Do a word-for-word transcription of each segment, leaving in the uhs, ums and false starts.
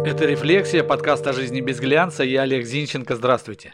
Это «Рефлексия», подкаст о жизни без глянца. Я Олег Зинченко. Здравствуйте.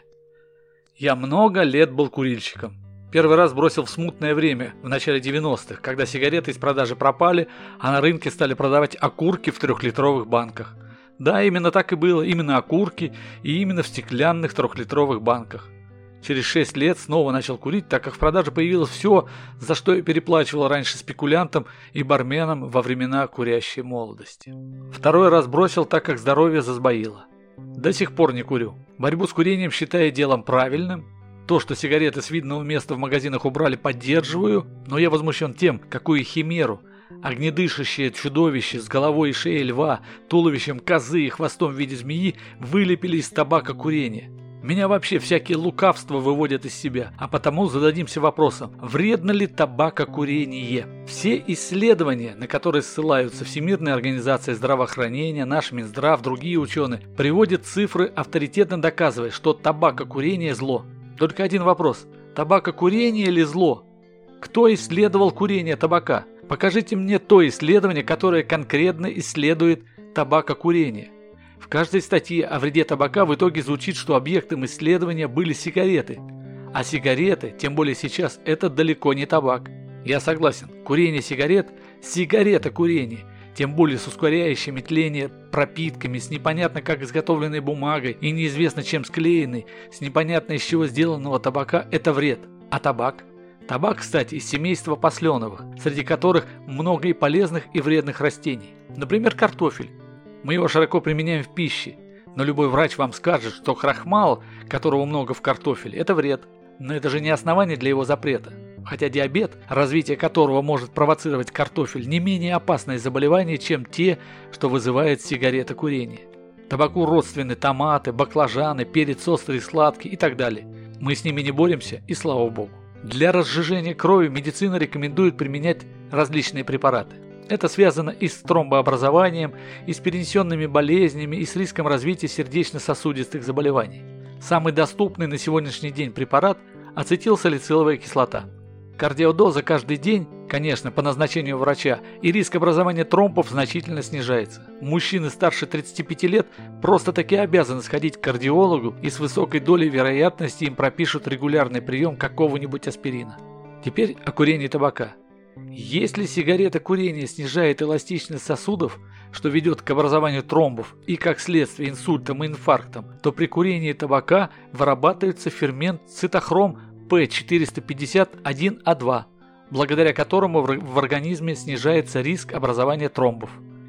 Я много лет был курильщиком. Первый раз бросил в смутное время, в начале девяностых, когда сигареты из продажи пропали, а на рынке стали продавать окурки в трехлитровых банках. Да, именно так и было, именно окурки и именно в стеклянных трехлитровых банках. Через шесть лет снова начал курить, так как в продаже появилось все, за что я переплачивал раньше спекулянтам и барменам во времена курящей молодости. Второй раз бросил, так как здоровье засбоило. До сих пор не курю. Борьбу с курением считаю делом правильным. То, что сигареты с видного места в магазинах убрали, поддерживаю, но я возмущен тем, какую химеру, огнедышащее чудовище с головой и шеей льва, туловищем козы и хвостом в виде змеи вылепили из табакокурения. Меня вообще всякие лукавства выводят из себя, а потому зададимся вопросом, вредно ли табакокурение? Все исследования, на которые ссылаются Всемирная организация здравоохранения, наш Минздрав, другие ученые, приводят цифры, авторитетно доказывая, что табакокурение зло. Только один вопрос, табакокурение ли зло? Кто исследовал курение табака? Покажите мне то исследование, которое конкретно исследует табакокурение. В каждой статье о вреде табака в итоге звучит, что объектом исследования были сигареты. А сигареты, тем более сейчас, это далеко не табак. Я согласен, курение сигарет – сигарета-курение, тем более с ускоряющими тление пропитками, с непонятно как изготовленной бумагой и неизвестно чем склеенной, с непонятно из чего сделанного табака – это вред. А табак? Табак, кстати, из семейства посленовых, среди которых много и полезных, и вредных растений. Например, картофель. Мы его широко применяем в пище, но любой врач вам скажет, что крахмал, которого много в картофеле, это вред. Но это же не основание для его запрета. Хотя диабет, развитие которого может провоцировать картофель, не менее опасное заболевание, чем те, что вызывает сигаретокурение. Табаку родственны томаты, баклажаны, перец острый и сладкий и так далее. Мы с ними не боремся, и слава богу. Для разжижения крови медицина рекомендует применять различные препараты. Это связано и с тромбообразованием, и с перенесенными болезнями, и с риском развития сердечно-сосудистых заболеваний. Самый доступный на сегодняшний день препарат – ацетилсалициловая кислота. Кардиодоза каждый день, конечно, по назначению врача, и риск образования тромбов значительно снижается. Мужчины старше тридцати пяти лет просто-таки обязаны сходить к кардиологу, и с высокой долей вероятности им пропишут регулярный прием какого-нибудь аспирина. Теперь о курении табака. Если сигаретокурение снижает эластичность сосудов, что ведет к образованию тромбов и, как следствие, инсультам и инфарктам, то при курении табака вырабатывается фермент цитохром пэ четыреста пятьдесят один а два, благодаря которому в организме снижается риск образования тромбов.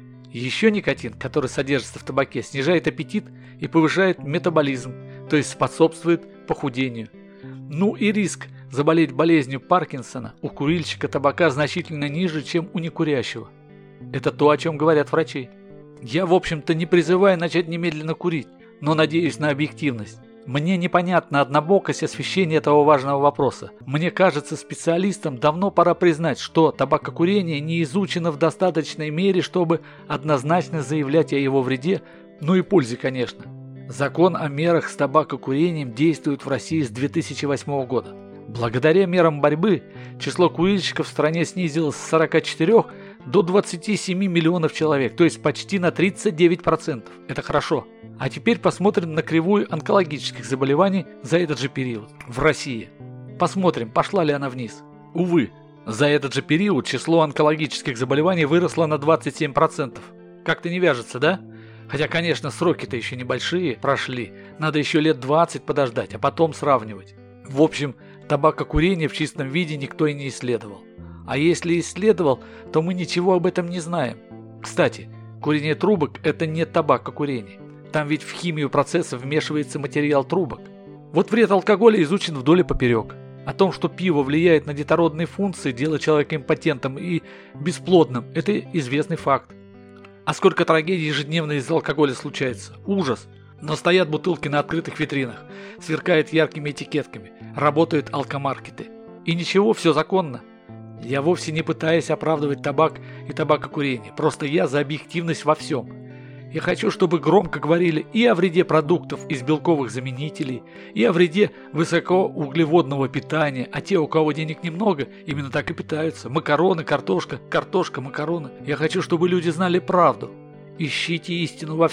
Еще никотин, который содержится в табаке, снижает аппетит и повышает метаболизм, то есть способствует похудению. Ну и риск заболеть болезнью Паркинсона у курильщика табака значительно ниже, чем у некурящего. Это то, о чем говорят врачи. Я, в общем-то, не призываю начать немедленно курить, но надеюсь на объективность. Мне непонятна однобокость освещения этого важного вопроса. Мне кажется, специалистам давно пора признать, что табакокурение не изучено в достаточной мере, чтобы однозначно заявлять о его вреде, ну и пользе, конечно. Закон о мерах с табакокурением действует в России с две тысячи восьмого года. Благодаря мерам борьбы число курильщиков в стране снизилось с сорока четырёх до двадцати семи миллионов человек, то есть почти на тридцать девять процентов. Это хорошо. А теперь посмотрим на кривую онкологических заболеваний за этот же период в России. Посмотрим, пошла ли она вниз. Увы, за этот же период число онкологических заболеваний выросло на двадцать семь процентов. Как-то не вяжется, да? Хотя, конечно, сроки-то еще небольшие прошли. Надо еще лет двадцать подождать, а потом сравнивать. В общем, табакокурение в чистом виде никто и не исследовал. А если исследовал, то мы ничего об этом не знаем. Кстати, курение трубок – это не табакокурение. Там ведь в химию процесса вмешивается материал трубок. Вот вред алкоголя изучен вдоль и поперек. О том, что пиво влияет на детородные функции, делает человека импотентом и бесплодным – это известный факт. А сколько трагедий ежедневно из-за алкоголя случается? Ужас! Но стоят бутылки на открытых витринах, сверкают яркими этикетками, работают алкомаркеты. И ничего, все законно. Я вовсе не пытаюсь оправдывать табак и табакокурение, просто я за объективность во всем. Я хочу, чтобы громко говорили и о вреде продуктов из белковых заменителей, и о вреде высокоуглеводного питания, а те, у кого денег немного, именно так и питаются. Макароны, картошка, картошка, макароны. Я хочу, чтобы люди знали правду. Ищите истину во всем.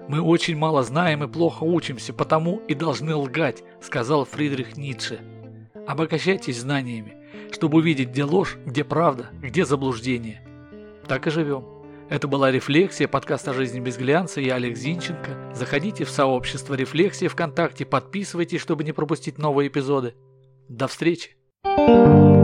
Мы очень мало знаем и плохо учимся, потому и должны лгать, сказал Фридрих Ницше. Обогащайтесь знаниями, чтобы увидеть, где ложь, где правда, где заблуждение. Так и живем. Это была «Рефлексия», подкаст о жизни без глянца. Я Олег Зинченко. Заходите в сообщество «Рефлексия» ВКонтакте, подписывайтесь, чтобы не пропустить новые эпизоды. До встречи!